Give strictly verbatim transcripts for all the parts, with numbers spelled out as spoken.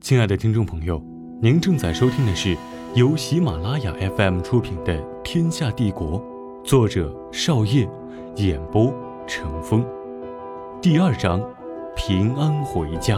亲爱的听众朋友，您正在收听的是由喜马拉雅 F M 出品的《天下帝国》，作者少业，演播程风。第二章，平安回家。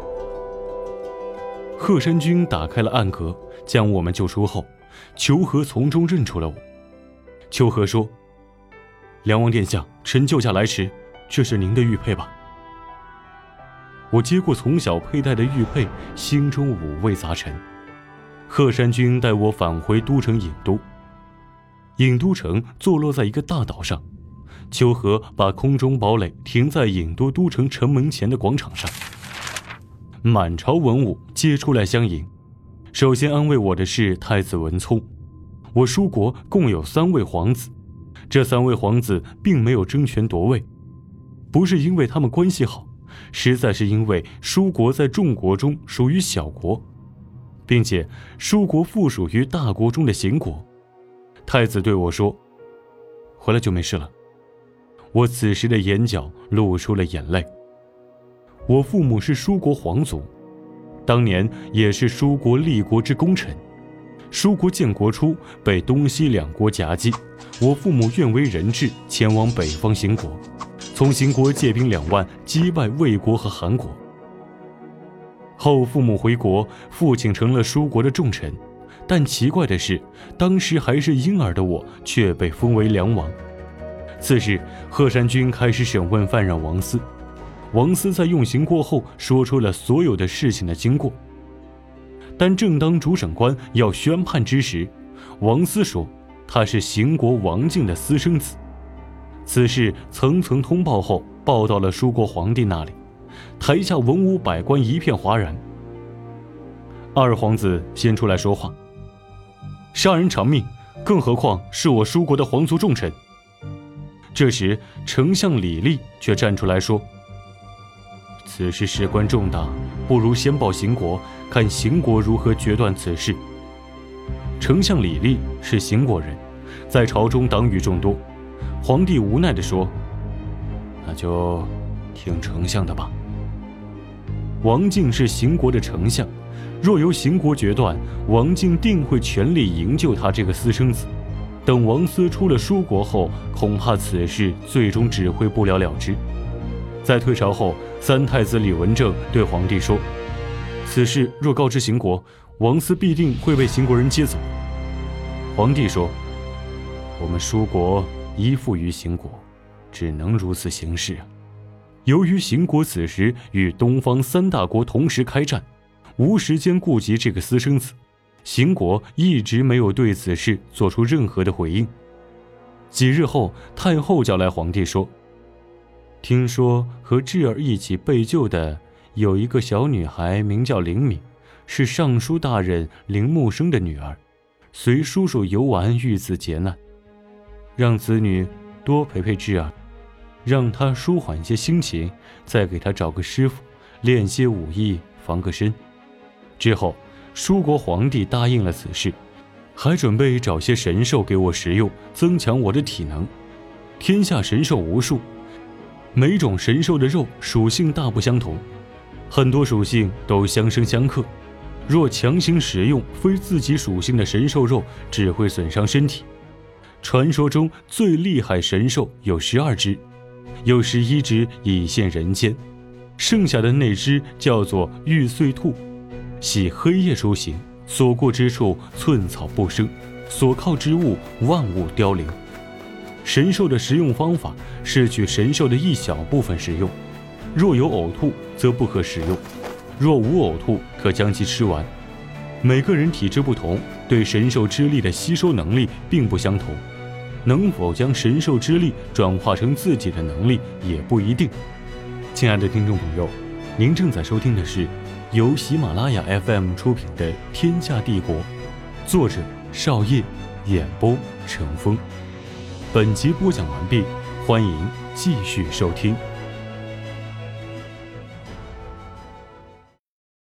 贺山君打开了暗格，将我们救出后，求和从中认出了我。求和说：“梁王殿下，臣救驾来迟，这是您的玉佩吧？”我接过从小佩戴的玉佩，心中五味杂陈。贺山君带我返回都城郢都。郢都城坐落在一个大岛上，秋和把空中堡垒停在郢都都城城门前的广场上。满朝文武皆出来相迎。首先安慰我的是太子文聪。我叔国共有三位皇子，这三位皇子并没有争权夺位，不是因为他们关系好，实在是因为叔国在众国中属于小国，并且叔国附属于大国中的邢国。太子对我说：“回来就没事了。”我此时的眼角露出了眼泪。我父母是叔国皇族，当年也是叔国立国之功臣。叔国建国初被东西两国夹击，我父母愿为人质，前往北方邢国，从邢国借兵两万击败魏国和韩国。后父母回国，父亲成了叔国的重臣，但奇怪的是，当时还是婴儿的我却被封为梁王。次日，贺山君开始审问犯人王思。王思在用刑过后说出了所有的事情的经过，但正当主审官要宣判之时，王思说他是邢国王敬的私生子。此事层层通报后，报到了叔国皇帝那里，台下文武百官一片哗然。二皇子先出来说话：“杀人偿命，更何况是我叔国的皇族重臣。”这时丞相李立却站出来说：“此事事关重大，不如先报邢国，看邢国如何决断此事。”丞相李立是邢国人，在朝中党羽众多。皇帝无奈地说：“那就听丞相的吧。”王敬是邢国的丞相，若由邢国决断，王敬定会全力营救他这个私生子。等王思出了叔国后，恐怕此事最终只会不了了之。在退朝后，三太子李文正对皇帝说：“此事若告知邢国，王思必定会被邢国人接走。”皇帝说：“我们叔国依附于邢国，只能如此行事。”由于邢国此时与东方三大国同时开战，无时间顾及这个私生子，邢国一直没有对此事做出任何的回应。几日后，太后叫来皇帝说：“听说和智儿一起被救的有一个小女孩，名叫灵敏，是尚书大人林木生的女儿，随叔叔游玩，遇刺劫难，让子女多陪陪智儿，让她舒缓些心情，再给她找个师傅练些武艺，防个身。”之后叔国皇帝答应了此事，还准备找些神兽给我食用，增强我的体能。天下神兽无数，每种神兽的肉属性大不相同，很多属性都相生相克，若强行食用非自己属性的神兽肉，只会损伤身体。传说中最厉害神兽有十二只，有十一只已现人间，剩下的那只叫做玉碎兔，喜黑夜出行，所过之处寸草不生，所靠之物万物凋零。神兽的食用方法是取神兽的一小部分食用，若有呕吐则不可食用，若无呕吐可将其吃完。每个人体质不同，对神兽之力的吸收能力并不相同，能否将神兽之力转化成自己的能力也不一定。亲爱的听众朋友，您正在收听的是由喜马拉雅 F M 出品的《天下帝国》，作者少业，演播程风。本集播讲完毕，欢迎继续收听。